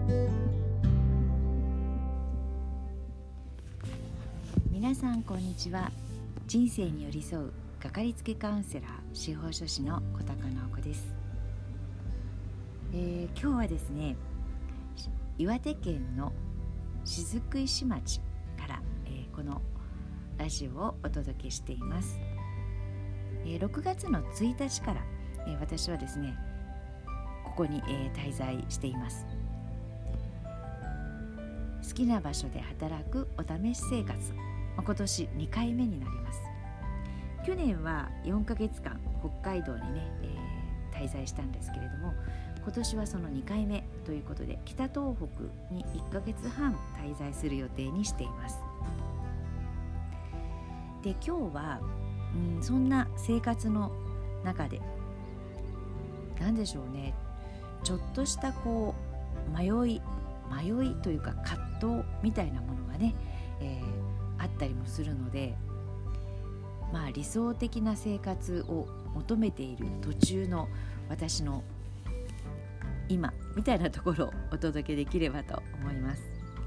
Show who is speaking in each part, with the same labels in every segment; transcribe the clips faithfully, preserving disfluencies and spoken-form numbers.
Speaker 1: 皆さんこんにちは。人生に寄り添うかかりつけカウンセラー司法書士の小高直子です。えー、今日はですね、岩手県の雫石町から、えー、このラジオをお届けしています。えー、ろくがつのついたちから、えー、私はですねここに、えー、滞在しています。好きな場所で働くお試し生活、今年にかいめになります。去年はよんかげつかん北海道にね、えー、滞在したんですけれども、今年はそのにかいめということで北東北にいっかげつはん滞在する予定にしています。で、今日は、うん、そんな生活の中で何でしょうね、ちょっとしたこう迷い迷いというか葛藤みたいなものがね、えーあったりもするので、まあ理想的な生活を求めている途中の私の今みたいなところをお届けできればと思います。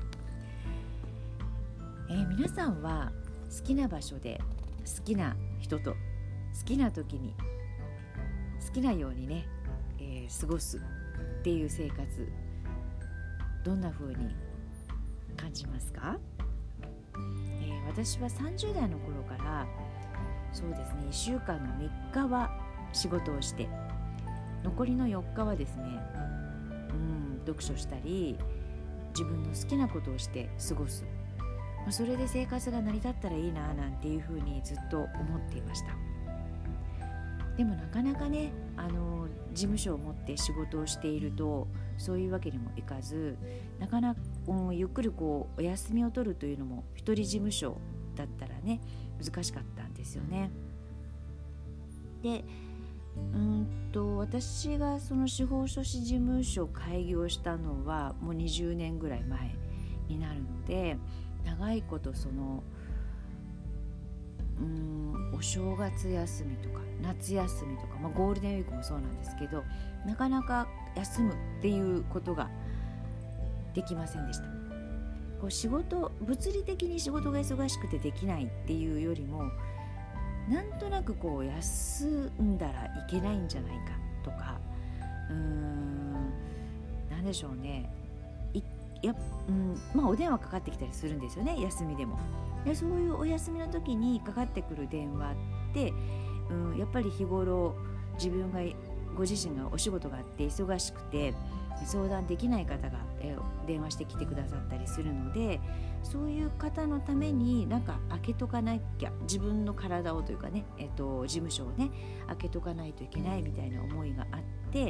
Speaker 1: えー、皆さんは好きな場所で好きな人と好きな時に好きなようにね、えー、過ごすっていう生活、どんな風に感じますか？私はさんじゅう代の頃からそうですねいっしゅうかんのみっかは仕事をして、残りのよっかはですね、うん、読書したり自分の好きなことをして過ごす、まあ、それで生活が成り立ったらいいななんていうふうにずっと思っていました。でもなかなかね、あの事務所を持って仕事をしているとそういうわけにもいかず、なかなか、うん、ゆっくりこうお休みを取るというのも一人事務所だったらね難しかったんですよね。で、うんと私がその司法書士事務所を開業したのはもうにじゅうねんぐらい前になるので、長いことそのうーんお正月休みとか夏休みとか、まあ、ゴールデンウィークもそうなんですけど、なかなか休むっていうことができませんでした。こう仕事物理的に仕事が忙しくてできないっていうよりも、なんとなくこう休んだらいけないんじゃないかとか、うーんなんでしょうね、いや、うん、まあお電話かかってきたりするんですよね、休みでも。でそういうお休みの時にかかってくる電話って、うん、やっぱり日頃自分がご自身がお仕事があって忙しくて相談できない方がえ電話してきてくださったりするので、そういう方のためになんか開けとかなきゃ、自分の体をというかね、えっと、事務所をね開けとかないといけないみたいな思いがあって、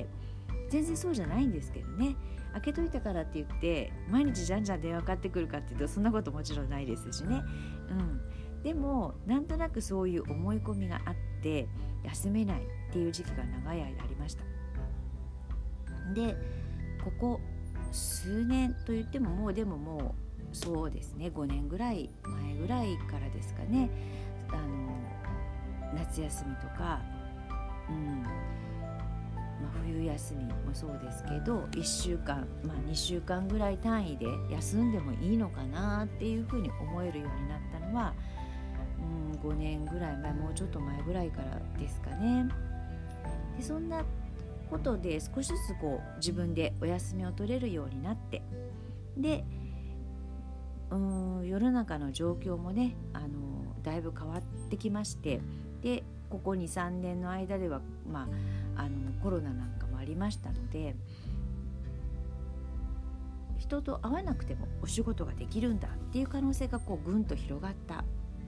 Speaker 1: 全然そうじゃないんですけどね、開けといたからって言って毎日じゃんじゃん電話かかってくるかっていうとそんなこともちろんないですしね、うん、でもなんとなくそういう思い込みがあって休めないっていう時期が長い間ありました。でここ数年と言ってももうでももうそうですねごねんぐらい前ぐらいからですかね、あの夏休みとか、うんまあ、冬休みもそうですけどいっしゅうかん、まあ、にしゅうかんぐらい単位で休んでもいいのかなっていうふうに思えるようになったのは、うん、ごねんぐらい前、もうちょっと前ぐらいからですかね。でそんなことで少しずつこう自分でお休みを取れるようになって、でうーん世の中の状況もね、あのだいぶ変わってきまして、でここ にさんねんの間では、まあ、あのコロナなんかもありましたので、人と会わなくてもお仕事ができるんだっていう可能性がこうぐんと広がった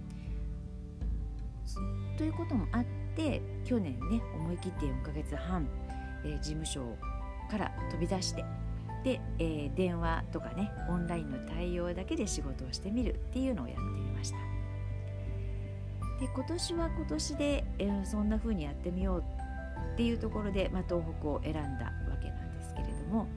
Speaker 1: ということもあって、去年ね思い切ってよんかげつはん、えー、事務所から飛び出して、で、えー、電話とかねオンラインの対応だけで仕事をしてみるっていうのをやってみました。で今年は今年で、えー、そんな風にやってみようっていうところで、まあ、東北を選んだわけなんですけれども、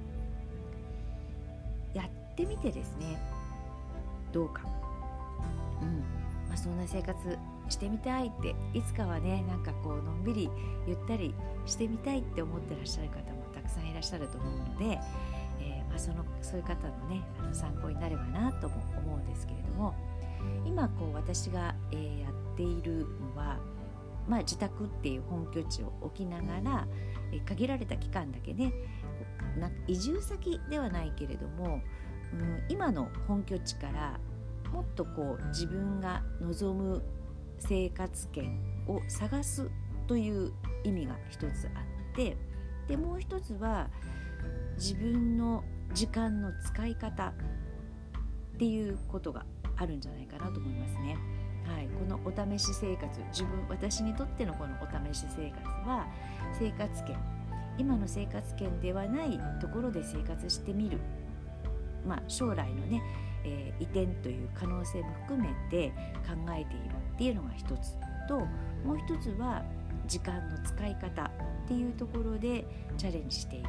Speaker 1: やってみてですねどうか、うんまあ、そんな生活してみたいって、いつかはねなんかこうのんびりゆったりしてみたいって思ってらっしゃる方もたくさんいらっしゃると思うので、えーまあ、そのそういう方のねあの参考になればなとも思うんですけれども、今こう私が、えー、やっているのは、まあ、自宅っていう本拠地を置きながら、えー、限られた期間だけねな移住先ではないけれども、うん、今の本拠地からもっとこう自分が望む生活圏を探すという意味が一つあって、でもう一つは自分の時間の使い方っていうことがあるんじゃないかなと思いますね。はい、このお試し生活、自分私にとってのこのお試し生活は生活圏、今の生活圏ではないところで生活してみる、まあ、将来のね、えー、移転という可能性も含めて考えているっていうのが一つと、もう一つは時間の使い方っていうところでチャレンジしている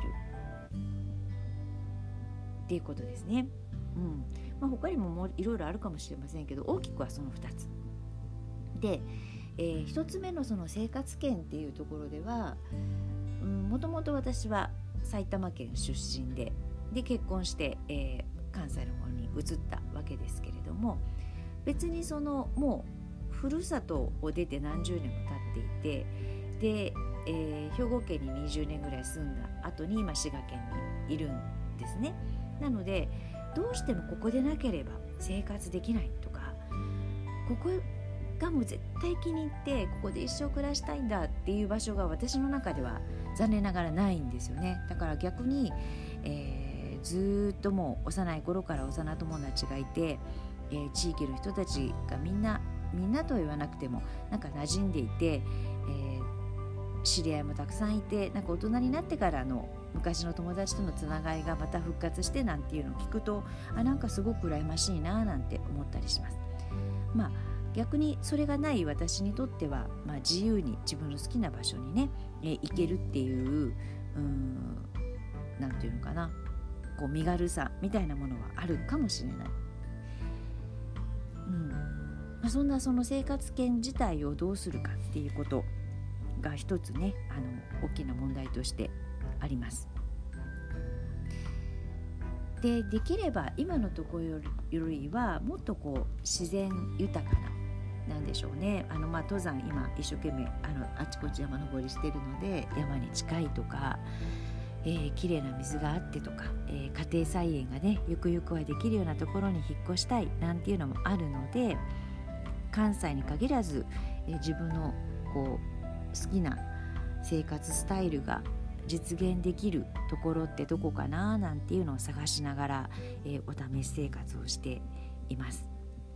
Speaker 1: っていうことですね。うんまあ、他にももういろいろあるかもしれませんけど、大きくはそのふたつで、えー、ひとつめのその生活圏っていうところでは、もともと私は埼玉県出身でで結婚して、えー、関西の方に移ったわけですけれども、別にそのもうふるさとを出て何十年も経っていて、で、えー、兵庫県ににじゅうねんぐらい住んだ後に今滋賀県にいるんですね。なのでどうしてもここでなければ生活できないとか、ここがもう絶対気に入ってここで一生暮らしたいんだっていう場所が私の中では残念ながらないんですよね。だから逆に、えー、ずっともう幼い頃から幼友達がいて、えー、地域の人たちがみんなみんなとは言わなくてもなんか馴染んでいて、えー、知り合いもたくさんいて、なんか大人になってからの昔の友達とのつながりがまた復活してなんていうのを聞くと、あなんかすごく羨ましいななんて思ったりします。まあ逆にそれがない私にとっては、まあ、自由に自分の好きな場所にね、えー、行けるっていう、うーんなんていうのかな、こう身軽さみたいなものはあるかもしれない。うんまあ、そんなその生活圏自体をどうするかっていうことが一つね、あの大きな問題としてあります。で、できれば今のところよりはもっとこう自然豊かな、なんでしょうね、あのまあ登山今一生懸命あのあちこち山登りしてるので、山に近いとか、えー、綺麗な水があってとか、えー、家庭菜園がねゆくゆくはできるようなところに引っ越したいなんていうのもあるので、関西に限らず、えー、自分のこう好きな生活スタイルが実現できるところってどこかななんていうのを探しながら、えー、お試し生活をしています。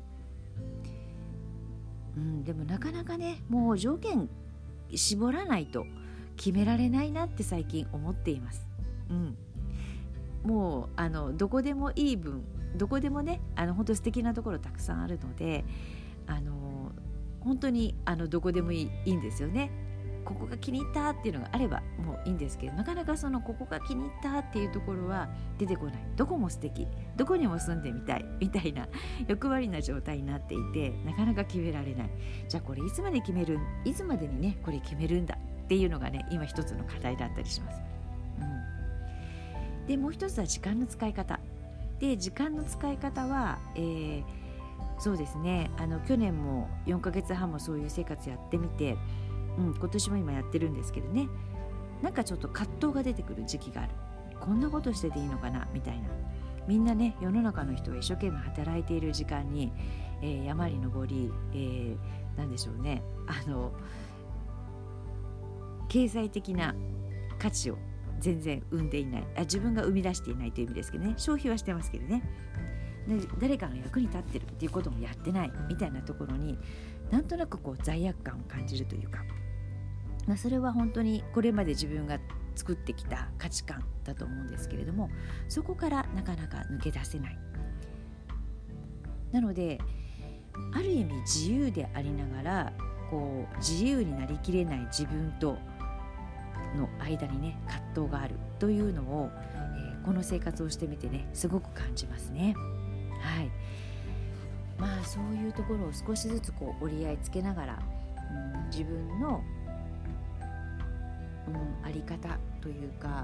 Speaker 1: うん、でもなかなかね、もう条件絞らないと決められないなって最近思っています。うん、もうあのどこでもいい分、どこでもね、あの本当素敵なところたくさんあるので、あの本当にあのどこでもいい、いいんですよね。ここが気に入ったっていうのがあればもういいんですけど、なかなかそのここが気に入ったっていうところは出てこない。どこも素敵、どこにも住んでみたいみたいな欲張りな状態になっていて、なかなか決められない。じゃあこれいつまで決めるいつまでにねこれ決めるんだっていうのがね今一つの課題だったりします。うん、でもう一つは時間の使い方で、時間の使い方は、えー、そうですね、あの去年もよんかげつはんもそういう生活やってみて、うん、今年も今やってるんですけどね、なんかちょっと葛藤が出てくる時期がある。こんなことしてていいのかなみたいな。みんなね、世の中の人が一生懸命働いている時間に、えー、山に登り、えー、なんでしょうね、あの経済的な価値を全然生んでいない、あ自分が生み出していないという意味ですけどね、消費はしてますけどね、で誰かの役に立ってるっていうこともやってないみたいなところになんとなくこう罪悪感を感じるというか、まあ、それは本当にこれまで自分が作ってきた価値観だと思うんですけれども、そこからなかなか抜け出せない。なのである意味自由でありながらこう自由になりきれない自分との間にね葛藤があるというのを、えー、この生活をしてみてねすごく感じますね。はい、まあそういうところを少しずつこう折り合いつけながら、うん、自分の、うん、あり方というか、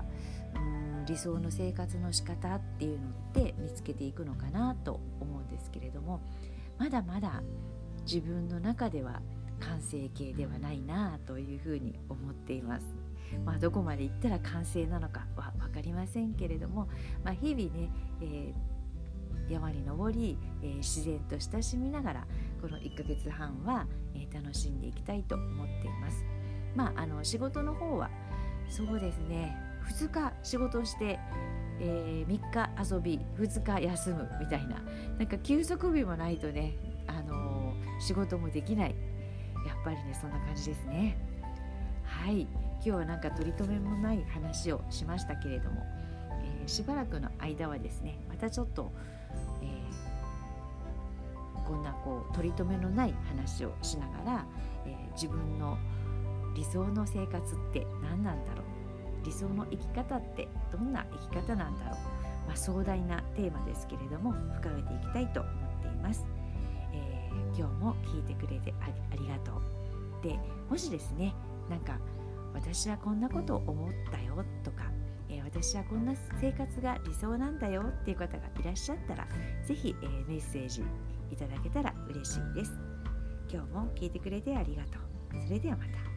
Speaker 1: うーん理想の生活の仕方っていうのって見つけていくのかなと思うんですけれども、まだまだ自分の中では完成形ではないなというふうに思っています。まあ、どこまで行ったら完成なのかは分かりませんけれども、まあ、日々ね、えー、山に登り、えー、自然と親しみながらこのいっかげつはんは、えー、楽しんでいきたいと思っています。まあ、あの仕事の方はそうですね、ふつか仕事して、えー、みっか遊びふつか休むみたいな、なんか休息日もないとね、あのー、仕事もできない、やっぱりねそんな感じですね。はい、今日はなんか取り留めもない話をしましたけれども、えー、しばらくの間はですね、またちょっと、えー、こんなこう取り留めのない話をしながら、えー、自分の理想の生活って何なんだろう、理想の生き方ってどんな生き方なんだろう、まあ、壮大なテーマですけれども深めていきたいと思っています。えー、今日も聞いてくれて あ, ありがとう。で、もしですね、なんか私はこんなことを思ったよとか、えー、私はこんな生活が理想なんだよっていう方がいらっしゃったら、ぜひ、えー、メッセージいただけたら嬉しいです。今日も聞いてくれてありがとう。それではまた。